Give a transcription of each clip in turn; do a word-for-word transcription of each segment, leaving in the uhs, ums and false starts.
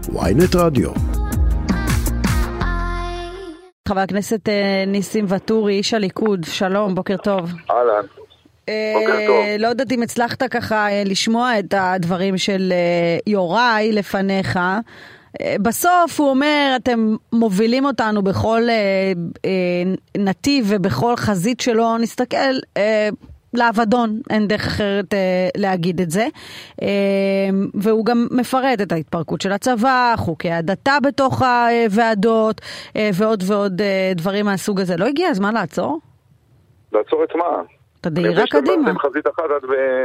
וויינט רדיו. חבר הכנסת ניסים ואטורי, איש הליכוד, שלום, בוקר טוב. אהלן, בוקר טוב. לא יודעת אם הצלחת ככה לשמוע את הדברים של יוראי לפניך. בסוף הוא אומר, אתם מובילים אותנו בכל נתיב ובכל חזית שלא נסתכל, לעבדון, אין דרך אחרת להגיד את זה. והוא גם מפרט את ההתפרקות של הצבא, חוקי הדתה בתוך הוועדות, ועוד ועוד דברים מהסוג הזה. לא הגיע הזמן לעצור? לעצור את מה? את הדהירה קדימה. חזית אחת עד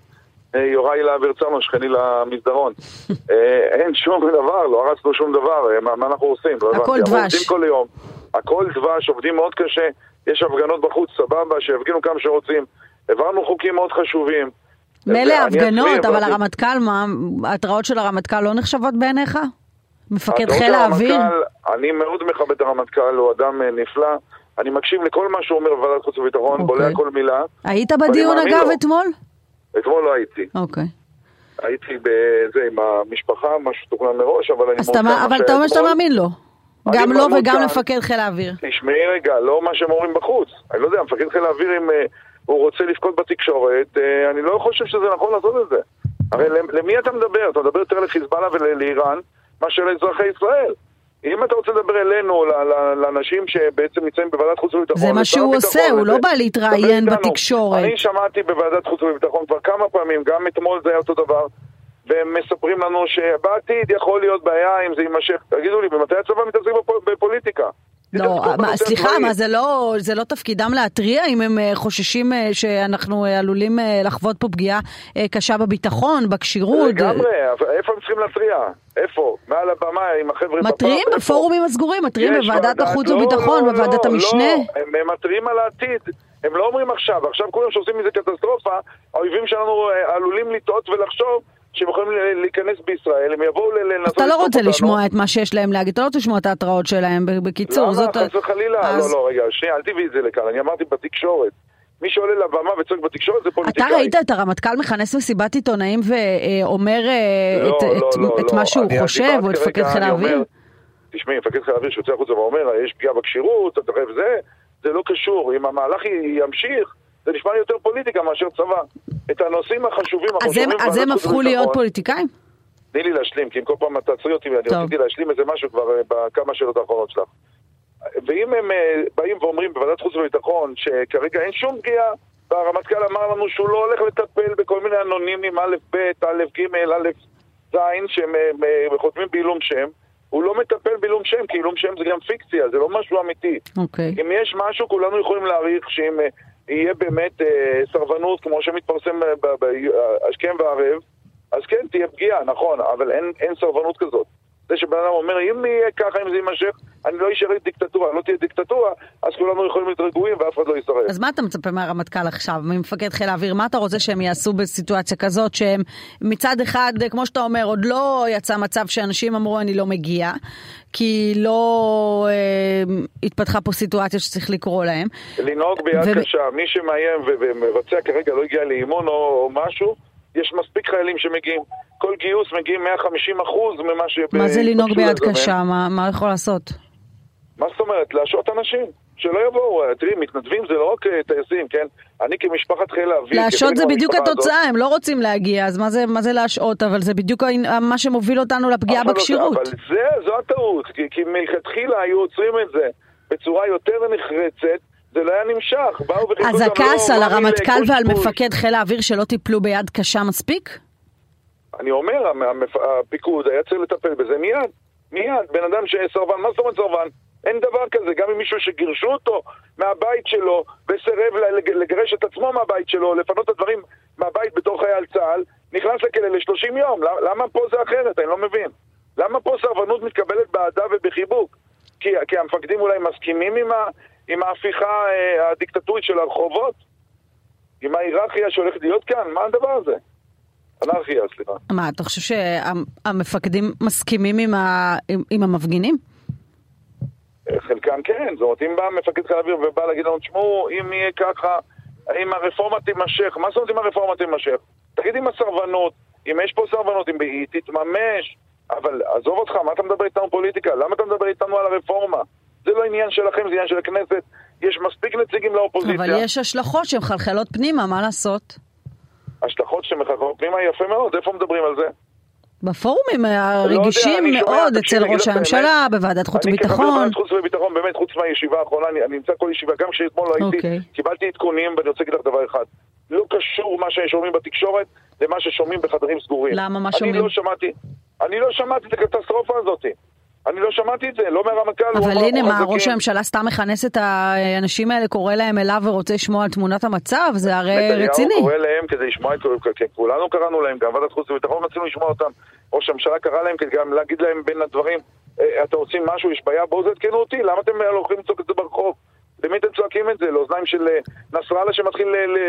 ויוראי להעביר צרנו, שכני למסדרון. אין שום דבר, לא הרסנו שום דבר. מה אנחנו עושים? הכל דבש. עובדים כל היום. הכל דבש, עובדים מאוד קשה. יש הפגנות בחוץ, סבבה, שיפגינו כמה שרוצים. העברנו חוקים מאוד חשובים. מלא הפגנות, אבל הרמטכ"ל, מה, ההתראות של הרמטכ"ל לא נחשבות בעיניך? מפקד חיל האוויר? אני מאוד מכבד את הרמטכ"ל, הוא אדם נפלא. אני מקשיב לכל מה שהוא אומר בוועדת חוץ וביטחון, בולע כל מילה. היית בדיון אגב אתמול? אתמול לא הייתי. אוקיי. הייתי בזה עם המשפחה, משהו תוכנן מראש, אבל אני... אבל אתה אומר שאתה מאמין לו. גם לו וגם לפקד חיל האוויר. תשמעי רגע, לא מה שהם אומרים בחוץ. אני לא יודע, מפקד חיל האוויר אם הוא רוצה לפקוד בתקשורת, אני לא חושב שזה נכון לעשות את זה. הרי למי אתה מדבר? אתה מדבר יותר לחיזבאללה ולאיראן, מאשר לאזרחי ישראל. אם אתה רוצה לדבר אלינו, לאנשים שבעצם נמצאים בוועדת חוץ וביטחון... זה מה שהוא עושה, הוא לא בא להתראיין בתקשורת. אני שמעתי בוועדת חוץ וביטחון כבר כמה פעמים, גם אתמול זה היה אותו דבר, והם מספרים לנו שבעתיד יכול להיות בעיה אם זה יימשך. תגידו לי, במתי הצבא מתעסק בפוליטיקה? לא, סליחה, מה זה לא, זה לא תפקידם להטריע אם הם חוששים שאנחנו עלולים לחוות פה פגיעה קשה בביטחון, בקשירות? לגמרי, איפה הם צריכים להטריע? איפה? מעל הבמה עם החבר'ה... מטריעים בפורומים הסגורים, מטריעים בוועדת החוץ וביטחון, בוועדת המשנה? לא, הם מטריעים על העתיד. הם לא אומרים עכשיו, עכשיו כולם שעושים מזה קטסטרופה, האויבים שלנו עלולים לטעות ולחשוב שהם יכולים להיכנס בישראל, הם יבואו לנסות... אתה לא רוצה לשמוע את מה שיש להם להגיד, אתה לא רוצה לשמוע את ההתראות שלהם, בקיצור. למה? חס וחלילה? לא, לא, רגע, שנייה, אל תביאי את זה לכאן, אני אמרתי בתקשורת. מי שעולה לבמה וצועק בתקשורת זה פוליטיקאי. אתה ראית את הרמטכ"ל מכנס מסיבת עיתונאים ואומר את מה שהוא חושב, או את מפקד חיל האוויר? תשמעי, מפקד חיל האוויר שיוצא החוצה ואומר, יש פגיעה בקשירות, אתה חייב זה, זה לא קשור. אם המהלך ימשיך, זה נשמע יותר פוליטיקה מאשר צבא. את הנושאים החשובים... אז הם הפכו להיות פוליטיקאים? תני לי להשלים, כי אם כל פעם אתה תעצרי אותי, אני רציתי להשלים איזה משהו כבר בכמה שאלות האחרונות שלך. ואם הם באים ואומרים בוועדת חוץ וביטחון שכרגע אין שום פגיעה, והרמטכ"ל אמר לנו שהוא לא הולך לטפל בכל מיני אנונימים, א' ב', א' ג', א' ז', שהם חותמים בעילום שם, הוא לא מטפל בעילום שם, כי עילום שם זה גם פיקציה, זה לא משהו אמיתי. Okay. אם יש משהו, כולנו יכולים להעריך שאם יהיה באמת אה, סרבנות, כמו שמתפרסם השכם והערב, אז כן, תהיה פגיעה, נכון, אבל אין, אין סרבנות כזאת. זה שבן אדם אומר, אם יהיה ככה, אם זה יימשך, אני לא אשאר את דיקטטורה, לא תהיה דיקטטורה, אז כולנו יכולים להיות רגועים ואף אחד לא ישרד. אז מה אתה מצפה מהרמטכ"ל עכשיו, ממפקד חיל האוויר? מה אתה רוצה שהם יעשו בסיטואציה כזאת, שהם מצד אחד, כמו שאתה אומר, עוד לא יצא מצב שאנשים אמרו, אני לא מגיע, כי לא אה, התפתחה פה סיטואציה שצריך לקרוא להם. לנהוג ביד ו... קשה, מי שמאיים ומבצע כרגע לא הגיע לאימון או, או משהו, יש מספיק חיילים שמגיעים. כל גיוס מגיעים מאה וחמישים אחוז ממה ש... מה זה לנהוג ביד קשה? מה, מה יכול לעשות? מה זאת אומרת? להשעות אנשים. שלא יבואו. תראי, מתנדבים זה לא רק טייסים, כן? אני כמשפחת חיל האוויר... להשעות זה בדיוק התוצאה, הם לא רוצים להגיע, אז מה זה, מה זה להשעות? אבל זה בדיוק מה שמוביל אותנו לפגיעה בקשירות. אבל זה, זו הטעות, כי, כי מלכתחילה היו עוצרים את זה בצורה יותר נחרצת, זה לא היה נמשך. אז הכעס על הרמטכ"ל ועל מפקד חיל האוויר שלא טיפלו ביד קשה מספיק? אני אומר, הפיקוד היה צריך לטפל בזה מיד. מיד, בן אדם שסרבן, מה זאת אומרת סרבן? אין דבר כזה, גם אם מישהו שגירשו אותו מהבית שלו וסרב לגרש את עצמו מהבית שלו, לפנות את הדברים מהבית בתור חייל צה"ל, נכנס לכלא ל-שלושים יום. למה פה זה אחרת? אני לא מבין. למה פה סרבנות מתקבלת באהדה ובחיבוק? כי, כי המפקדים אולי מסכימים עם, ה, עם ההפיכה אה, הדיקטטורית של הרחובות? עם ההיררכיה שהולכת להיות כאן? מה הדבר הזה? אנרכיה, סליחה. מה, אתה חושב שהמפקדים מסכימים עם, ה, עם, עם המפגינים? חלקם כן, זאת אומרת, אם בא מפקד חיל האוויר ובא להגיד לנו, תשמעו, אם יהיה ככה, אם הרפורמה תימשך, מה זאת אומרת אם הרפורמה תימשך? תגיד אם הסרבנות, אם יש פה סרבנות, אם היא תתממש, אבל עזוב אותך, מה אתה מדבר איתנו פוליטיקה? למה אתה מדבר איתנו על הרפורמה? זה לא עניין שלכם, זה עניין של הכנסת. יש מספיק נציגים לאופוזיציה. אבל יש השלכות שמחלחלות פנימה, מה לעשות? השלכות שמחלחלות פנימה יפה מאוד, איפה מדברים על זה? בפורומים הרגישים מאוד אצל ראש הממשלה, בוועדת חוץ וביטחון. אני כחבר חוץ וביטחון, באמת, חוץ מהישיבה האחרונה, אני נמצא כל ישיבה, גם כשאתמול הייתי, קיבלתי עדכונים, ואני רוצה להגיד לך דבר אחד. לא קשור מה ששומעים בתקשורת למה ששומעים בחדרים סגורים. למה? מה שומעים? אני לא שמעתי, אני לא שמעתי את הקטסטרופה הזאת. אני לא שמעתי את זה, לא מהרמטכ"ל. אבל הנה, מה, ראש הממשלה סתם מכנס את האנשים האלה, קורא להם אליו ורוצה לשמוע על תמונת המצב? זה הרי רציני. נתניהו קורא להם כדי לשמוע את כולנו קראנו להם, גם ועדת חוץ וביטחון רצינו לשמוע אותם. ראש הממשלה קרא להם כדי גם להגיד להם בין הדברים, אתם רוצים משהו, יש בעיה, בואו תעדכנו אותי, למה אתם הולכים לצעוק את זה ברחוב? למי אתם צועקים את זה? לאוזניים של נסראללה שמתחיל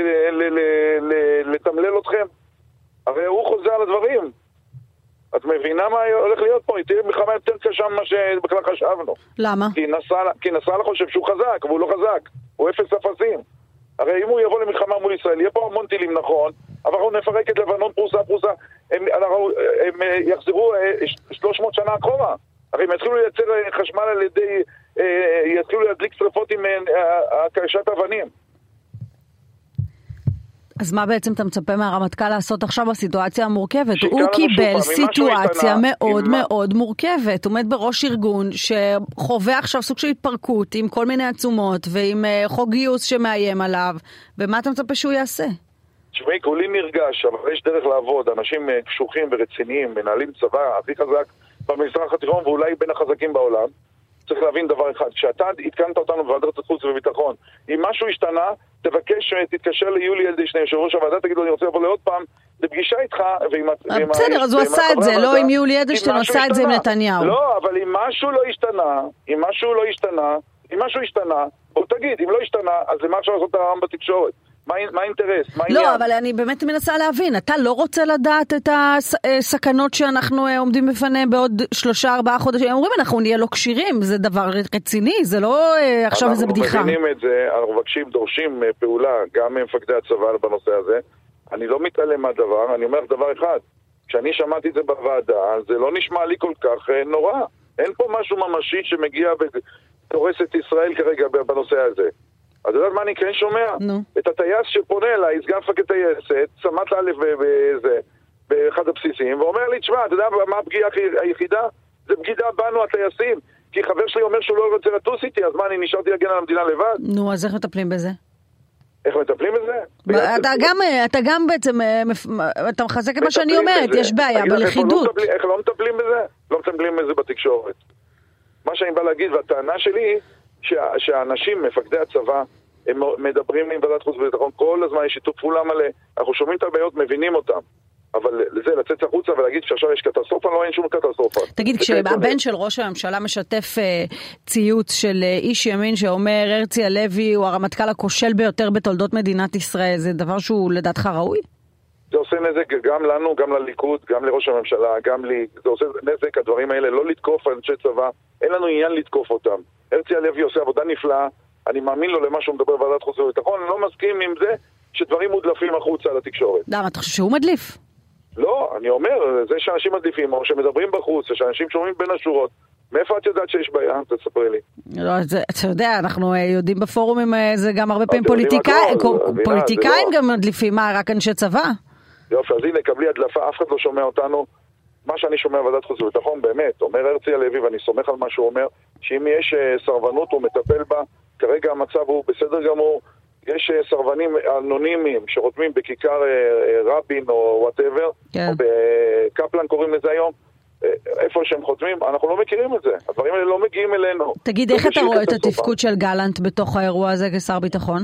לתמלל אתכם? הרי הוא חוזר על הדברים. את מבינה מה הולך להיות פה? היא תהיה מלחמה יותר קשה ממה שבכלל חשבנו. למה? כי נסראללה, כי נסראללה חושב שהוא חזק, והוא לא חזק. הוא אפס אפסים. הרי אם הוא יבוא למלחמה מול ישראל, יהיה פה המון טילים, נכון, אבל אנחנו נפרק את לבנון פרוסה פרוסה, הם, אנחנו, הם יחזרו שלוש מאות שנה אחורה. הרי הם יתחילו לייצר חשמל על ידי, יתחילו להדליק שרפות עם הקשת אבנים. אז מה בעצם אתה מצפה מהרמטכ"ל לעשות עכשיו בסיטואציה המורכבת? הוא קיבל סיטואציה מאוד מאוד מורכבת. הוא עומד בראש ארגון שחווה עכשיו סוג של התפרקות עם כל מיני עצומות ועם חוק גיוס שמאיים עליו. ומה אתה מצפה שהוא יעשה? תשמעי, כולי נרגש, אבל יש דרך לעבוד. אנשים קשוחים ורציניים, מנהלים צבא הכי חזק במזרח התיכון ואולי בין החזקים בעולם. צריך להבין דבר אחד, כשאתה התקנת אותנו בוועדת חוץ וביטחון, אם משהו השתנה, תבקש, תתקשר ליולי אלדשטיין, יושב ראש הוועדה, תגיד לו, אני רוצה לבוא לעוד פעם, לפגישה איתך, ועם... בסדר, אז הוא עשה את זה, לא עם יולי אלדשטיין, הוא עשה את זה עם נתניהו. לא, אבל אם משהו לא השתנה, אם משהו לא השתנה, אם משהו השתנה, בוא תגיד, אם לא השתנה, אז למה אפשר לעשות את הרעם בתקשורת? מה האינטרס? מה העניין? לא, אבל אני באמת מנסה להבין, אתה לא רוצה לדעת את הסכנות שאנחנו עומדים בפניהם בעוד שלושה, ארבעה חודשים? אומרים, אנחנו נהיה לא קשירים, זה דבר רציני, זה לא עכשיו איזה בדיחה. אנחנו מבינים את זה, אנחנו מבקשים, דורשים פעולה, גם ממפקדי הצבא בנושא הזה. אני לא מתעלם מהדבר, אני אומר דבר אחד, כשאני שמעתי את זה בוועדה, זה לא נשמע לי כל כך נורא. אין פה משהו ממשי שמגיע ותורס את ישראל כרגע בנושא הזה. אז יודעת מה אני כן שומע? נו. את הטייס שפונה אליי, סגן מפקד טייסת, צמת א' בזה, באחד הבסיסים, ואומר לי, תשמע, אתה יודע מה הפגיעה היחידה? זה בגידה בנו הטייסים, כי חבר שלי אומר שהוא לא רוצה לטוס איתי, אז מה, אני נשארתי להגן על המדינה לבד? נו, אז איך מטפלים בזה? איך מטפלים בזה? אתה גם, אתה גם בעצם, אתה מחזק את מה שאני אומרת, יש בעיה בלכידות. איך לא מטפלים בזה? לא מטפלים בזה בתקשורת. מה שאני בא להגיד, והטענה שלי שהאנשים, מפקדי הצבא, הם מדברים עם ועדת חוץ וביטחון, כל הזמן יש שיתוף פעולה מלא, אנחנו שומעים את הבעיות, מבינים אותם, אבל לזה, לצאת החוצה ולהגיד שעכשיו יש קטסטרופה, לא אין שום קטסטרופה. תגיד, כשהבן של ראש הממשלה משתף ציוץ של איש ימין שאומר, הרצי הלוי הוא הרמטכ"ל הכושל ביותר בתולדות מדינת ישראל, זה דבר שהוא לדעתך ראוי? זה עושה נזק גם לנו, גם לליכוד, גם לראש הממשלה, גם לי, זה עושה נזק, הדברים האלה, לא לתקוף אנשי צבא, אין לנו עניין לתקוף אותם. הרצי הלוי עושה עבודה נפלאה, אני מאמין לו למה שהוא מדבר בוועדת חוץ וביטחון, אני לא מסכים עם זה שדברים מודלפים החוצה לתקשורת. למה, אתה חושב שהוא מדליף? לא, אני אומר, זה שאנשים מדליפים, או שמדברים בחוץ, שאנשים שומעים בין השורות, מאיפה את יודעת שיש בעיה? תספרי לי. לא, זה, אתה יודע, אנחנו יודעים בפורומים, זה גם הרבה פעמים פוליטיקאים, פוליטיקאים גם מדליפים, מה, רק אנשי צבא? יופי, אז הנה, קבלי הדלפה, אף אחד לא שומע אותנו. מה שאני שומע בוועדת חוץ וביטחון, באמת, אומר הרצי הלוי, ואני סומך על מה שהוא אומר, שאם יש סרבנות הוא מטפל בה, כרגע המצב הוא בסדר גמור, יש סרבנים אנונימיים שחותמים בכיכר רבין או וואטאבר, כן. או בקפלן קוראים לזה היום, איפה שהם חותמים, אנחנו לא מכירים את זה, הדברים האלה לא מגיעים אלינו. תגיד, איך אתה רואה את התפקוד של גלנט בתוך האירוע הזה כשר ביטחון?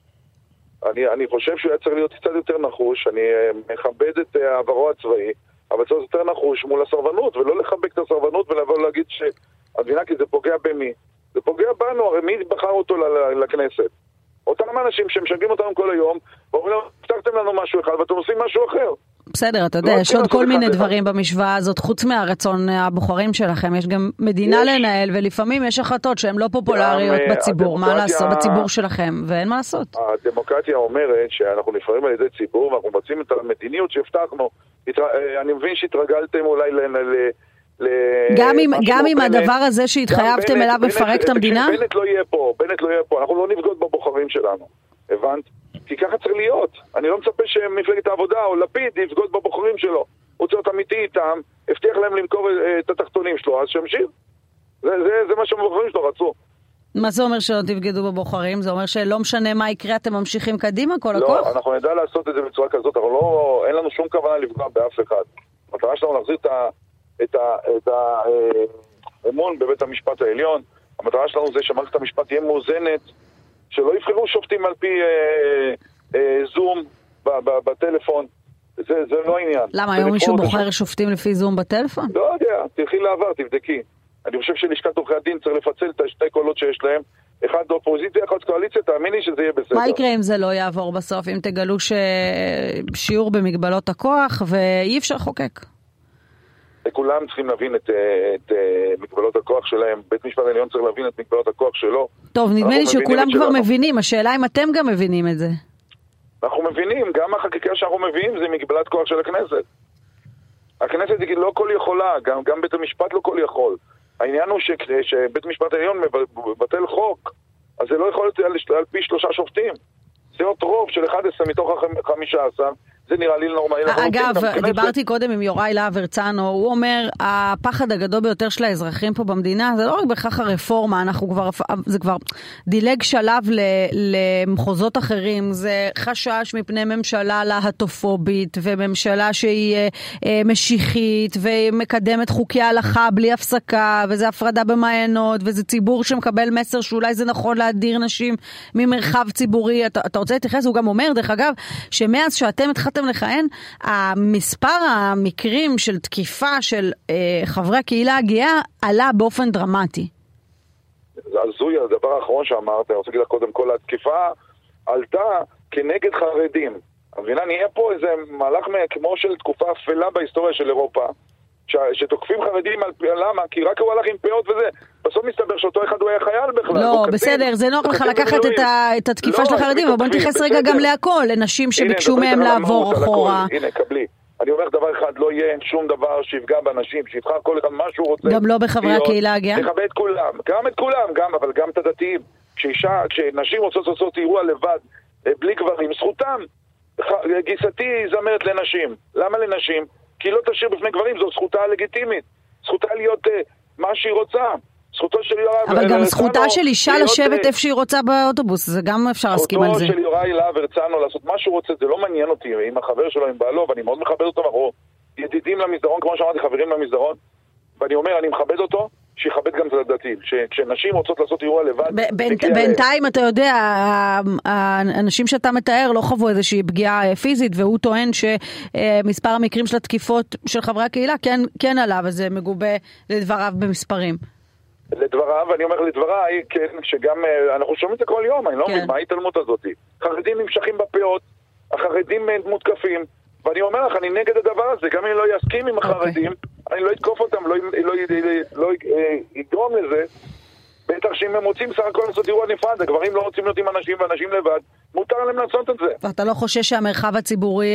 אני, אני חושב שהוא היה צריך להיות קצת יותר נחוש, אני מכבד את העברו הצבאי, אבל צריך יותר נחוש מול הסרבנות, ולא לחבק את הסרבנות ולבוא להגיד שהמדינה, כי זה פוגע במי. זה פוגע בנו, הרי מי בחר אותו לכנסת? אותם אנשים שמשגעים אותנו כל היום, ואומרים לנו, הבטחתם לנו משהו אחד, ואתם עושים משהו אחר. בסדר, אתה יודע, יש עוד כל מיני דברים במשוואה הזאת, חוץ מהרצון הבוחרים שלכם, יש גם מדינה לנהל, ולפעמים יש החלטות שהן לא פופולריות בציבור, מה לעשות, בציבור שלכם, ואין מה לעשות. הדמוקרטיה אומרת שאנחנו נבחרים על ידי ציבור, ואנחנו מבצעים את המדיניות שהבטחנו. אני מבין שהתרגלתם אולי גם עם הדבר הזה שהתחייבתם אליו מפרק את המדינה? בנט לא יהיה פה, בנט לא יהיה פה, אנחנו לא נבגוד בבוחרים שלנו, הבנת? כי ככה צריך להיות. אני לא מצפה שמפלגת העבודה או לפיד יבגוד בבוחרים שלו. הוא צריך להיות אמיתי איתם, הבטיח להם למכור את התחתונים שלו, אז שימשיך. זה, זה, זה מה שהבוחרים שלו רצו. מה זה אומר שלא תבגדו בבוחרים? זה אומר שלא משנה מה יקרה, אתם ממשיכים קדימה כל לא, הכוח? לא, אנחנו נדע לעשות את זה בצורה כזאת, אבל לא, אין לנו שום כוונה לפגוע באף אחד. המטרה שלנו להחזיר את ה, את ה, את ה, האמון בבית המשפט העליון. המטרה שלנו זה שמערכת המשפט תהיה מאוזנת, שלא יבחרו שופטים על פי אה, אה, זום ב, ב, בטלפון. זה, זה לא העניין. למה, היום מישהו בוחר שופטים לפי זום בטלפון? לא יודע, תלכי לעבר, תבדקי. אני חושב שלשכת עורכי הדין צריך לפצל את השתי קולות שיש להם, אחד אופוזיציה, אחד קואליציה, תאמיני שזה יהיה בסדר. מה יקרה אם זה לא יעבור בסוף, אם תגלו ששיעור במגבלות הכוח ואי אפשר לחוקק? כולם צריכים להבין את, את, את מגבלות הכוח שלהם, בית משפט העליון צריך להבין את מגבלות הכוח שלו. טוב, נדמה לי שכולם כבר מבינים, השאלה אם אתם גם מבינים את זה. אנחנו מבינים, גם החקיקה שאנחנו מביאים זה מגבלת כוח של הכנסת. הכנסת היא לא כל יכולה, גם, גם בית המשפט לא כל יכול. העניין הוא ש, שבית המשפט העליון מבטל חוק, אז זה לא יכול להיות על, על פי שלושה שופטים. זה עוד רוב של אחד עשר מתוך חמישה עשר, זה נראה לי נורמלי. אגב, דיברתי קודם עם יוראי להב הרצנו, הוא אומר, הפחד הגדול ביותר של האזרחים פה במדינה, זה לא רק בכך הרפורמה, אנחנו כבר, זה כבר דילג שלב למחוזות אחרים, זה חשש מפני ממשלה להטופובית, וממשלה שהיא משיחית, ומקדמת חוקי ההלכה בלי הפסקה, וזה הפרדה במעיינות, וזה ציבור שמקבל מסר שאולי זה נכון להדיר נשים ממרחב ציבורי. אתה, אתה רוצה להתייחס? הוא גם אומר, דרך אגב, שמאז שאתם התחלתם לכהן, המספר המקרים של תקיפה של אה, חברי הקהילה הגאה עלה באופן דרמטי. זה הזוי, הדבר האחרון שאמרת, אני רוצה להגיד לך קודם כל, התקיפה עלתה כנגד חרדים. המבינה, נהיה פה איזה מהלך כמו של תקופה אפלה בהיסטוריה של אירופה, ש... שתוקפים חרדים על... למה? כי רק הוא הלך עם פאות וזה. בסוף מסתבר שאותו אחד הוא היה חייל בכלל. לא, בסדר, זה נוח לך לקחת את, ה... את התקיפה לא, של החרדים, אבל בוא נתייחס רגע גם להכל, לנשים שביקשו מהם לעבור אחורה. הנה, קבלי. אני אומר דבר אחד, לא יהיה שום דבר שיפגע באנשים, שיבחר כל אחד מה שהוא רוצה. גם לא בחברי הקהילה הגאה? לכבד את כולם, גם את כולם, גם, אבל גם את הדתיים. כשאישה, כשנשים רוצות לעשות אירוע לבד, בלי גברים, זכותם. גיסתי זמרת לנשים. למה לנשים? כי לא תשאיר בפני גברים, זו זכותה הלגיטימית. זכותה להיות uh, מה שהיא רוצה. זכותו של יוראי... אבל גם זכותה של אישה לשבת איפה שהיא רוצה באוטובוס, זה גם אפשר להסכים על זה. זכותו של יוראי להב הרצנו לעשות מה שהוא רוצה, זה לא מעניין אותי, עם החבר שלו, עם בעלו, ואני מאוד מכבד אותו, אנחנו ידידים למסדרון, כמו שאמרתי, חברים למסדרון, ואני אומר, אני מכבד אותו, שיכבד גם את הדתיים. כשנשים רוצות לעשות אירוע לבד... בינתיים, אתה יודע, האנשים שאתה מתאר לא חוו איזושהי פגיעה פיזית, והוא טוען שמספר המקרים של התקיפות של חברי הקהילה כן עליו, אז זה מגובה לדבריו במספרים. לדבריו, ואני אומר לדבריי, כן, שגם אנחנו שומעים את זה כל יום, אני לא מבין, מה ההתעלמות הזאת? חרדים נמשכים בפאות, החרדים מותקפים, ואני אומר לך, אני נגד הדבר הזה, גם אם אני לא יסכים עם החרדים, אני לא אתקוף אותם, לא יגרום לזה, בטח שאם הם רוצים סך הכל לעשות אירוע נפרד, הגברים לא רוצים להיות עם אנשים ואנשים לבד, מותר להם לעשות את זה. ואתה לא חושש שהמרחב הציבורי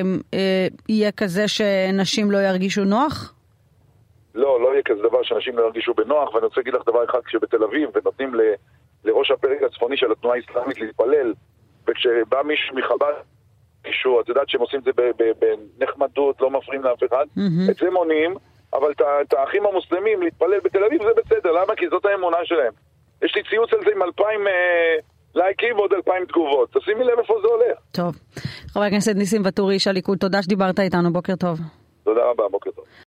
יהיה כזה שנשים לא ירגישו נוח? לא, לא יהיה כזה דבר שאנשים לא ירגישו בנוח, ואני רוצה להגיד לך דבר אחד, כשבתל אביב ונותנים לראש הפרק הצפוני של התנועה האסלאמית להתפלל, וכשבא מישהו מחב"ד, מישהו, את יודעת שהם עושים את זה בנחמדות, לא מפריעים לאף אחד, את זה מונעים, אבל את האחים המוסלמים להתפלל בתל אביב זה בסדר, למה? כי זאת האמונה שלהם. יש לי ציוץ על זה עם אלפיים לייקים ועוד אלפיים תגובות, תשימי לב איפה זה הולך. טוב, חבר הכנסת ניסים ואטורי, איש הליכוד, תודה שדיברת איתנו, בוקר טוב. תודה רבה, בוקר טוב.